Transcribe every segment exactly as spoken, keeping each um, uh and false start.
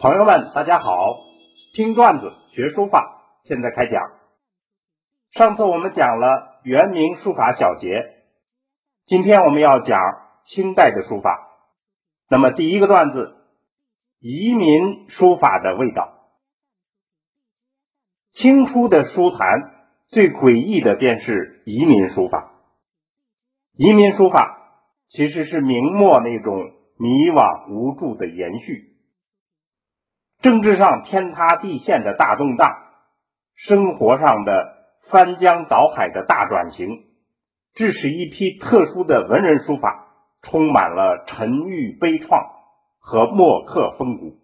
朋友们，大家好，听段子学书法，现在开讲。上次我们讲了元明书法小节，今天我们要讲清代的书法。那么第一个段子，移民书法的味道。清初的书坛最诡异的便是移民书法。移民书法其实是明末那种迷惘无助的延续。政治上天塌地陷的大动荡，生活上的翻江倒海的大转型，致使一批特殊的文人书法充满了沉郁悲怆和墨客风骨。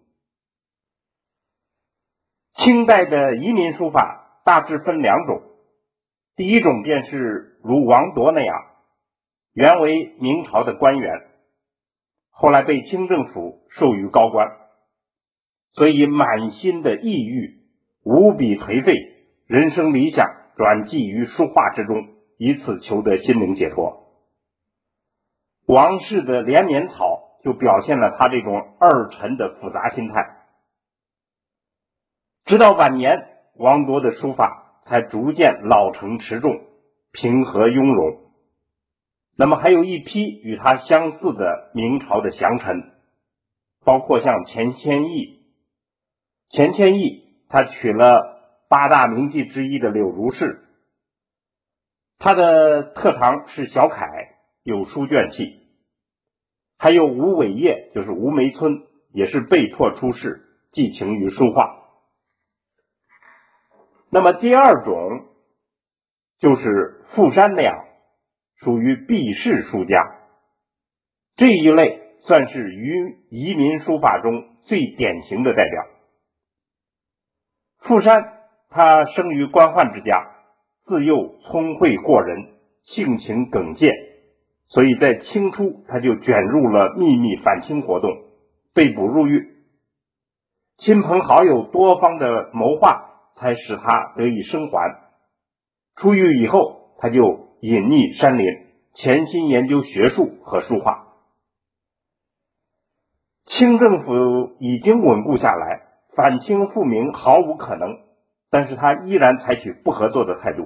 清代的移民书法大致分两种，第一种便是如王铎那样，原为明朝的官员，后来被清政府授予高官，所以满心的抑郁，无比颓废，人生理想转寄于书画之中，以此求得心灵解脱。王氏的连绵草就表现了他这种二沉的复杂心态。直到晚年，王铎的书法才逐渐老成持重，平和雍容。那么还有一批与他相似的明朝的降臣，包括像钱谦益。钱谦益他娶了八大名妓之一的柳如是，他的特长是小楷，有书卷气。还有吴伟业，就是吴梅村，也是被迫出仕，寄情于书画。那么第二种就是傅山那样，属于避世书家，这一类算是于移民书法中最典型的代表。傅山他生于官宦之家，自幼聪慧过人，性情耿介，所以在清初他就卷入了秘密反清活动，被捕入狱。亲朋好友多方的谋划，才使他得以生还。出狱以后，他就隐匿山林，潜心研究学术和书画。清政府已经稳固下来，反清复明毫无可能，但是他依然采取不合作的态度。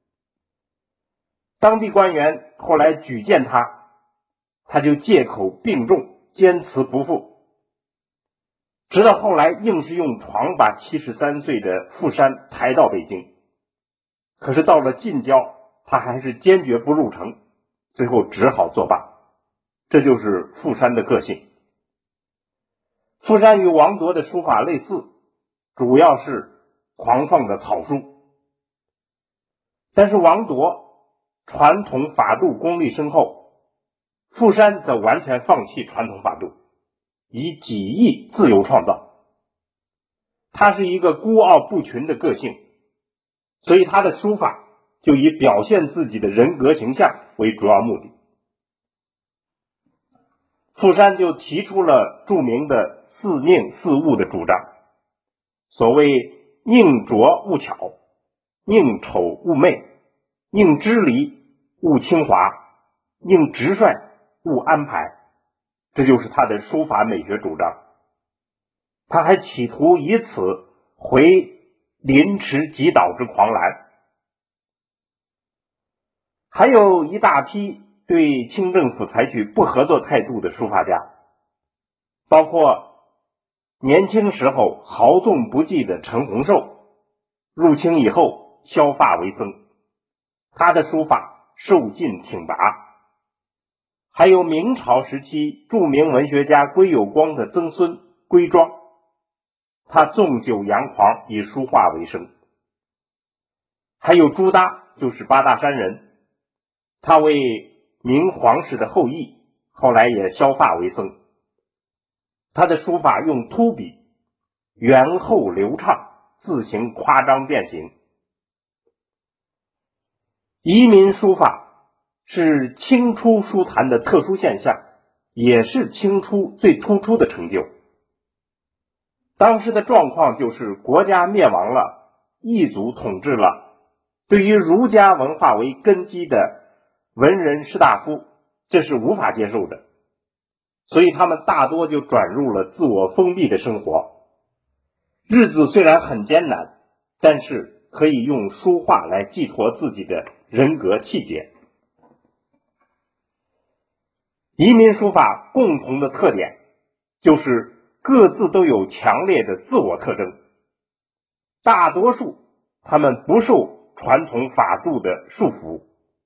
当地官员后来举荐他，他就借口病重，坚持不赴。直到后来硬是用床把七十三岁的傅山抬到北京，可是到了近郊，他还是坚决不入城，最后只好作罢。这就是傅山的个性。傅山与王铎的书法类似，主要是狂放的草书，但是王铎传统法度功力深厚，傅山则完全放弃传统法度，以己意自由创造。他是一个孤傲不群的个性，所以他的书法就以表现自己的人格形象为主要目的。傅山就提出了著名的四宁四物的主张，所谓宁拙勿巧，宁丑勿媚，宁支离勿轻华，宁直率勿安排，这就是他的书法美学主张。他还企图以此回临池击倒之狂澜。还有一大批对清政府采取不合作态度的书法家，包括年轻时候豪纵不羁的陈洪寿，入清以后削发为僧，他的书法受尽挺拔。还有明朝时期著名文学家归有光的曾孙归庄，他纵酒扬狂，以书画为生。还有朱耷，就是八大山人，他为明皇室的后裔，后来也削发为僧。他的书法用秃笔，圆厚流畅，字形夸张变形。移民书法是清初书坛的特殊现象，也是清初最突出的成就。当时的状况就是国家灭亡了，异族统治了，对于儒家文化为根基的文人士大夫，这是无法接受的，所以他们大多就转入了自我封闭的生活， 日子虽然很艰难，但是可以用书画来寄托自己的人格气节。移民书法共同的特点就是各自都有强烈的自我特征，大多数他们不受传统法度的束缚，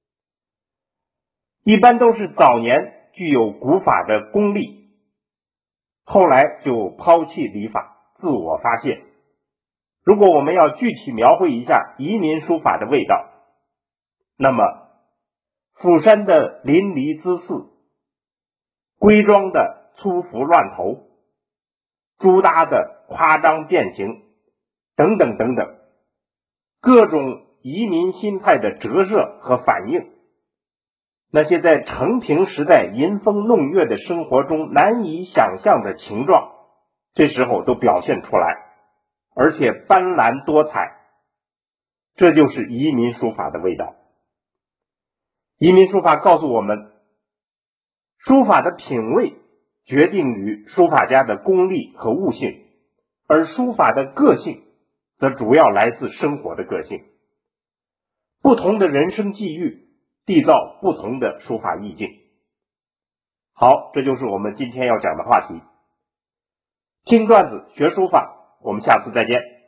一般都是早年具有古法的功力，后来就抛弃礼法，自我发现。如果我们要具体描绘一下移民书法的味道，那么釜山的淋漓姿肆，龟庄的粗服乱头，朱耷的夸张变形，等等等等，各种移民心态的折射和反应，那些在承平时代吟风弄月的生活中难以想象的情状，这时候都表现出来，而且斑斓多彩。这就是移民书法的味道。移民书法告诉我们，书法的品味决定于书法家的功力和悟性，而书法的个性则主要来自生活的个性。不同的人生际遇缔造不同的书法意境。好，这就是我们今天要讲的话题。听段子学书法，我们下次再见。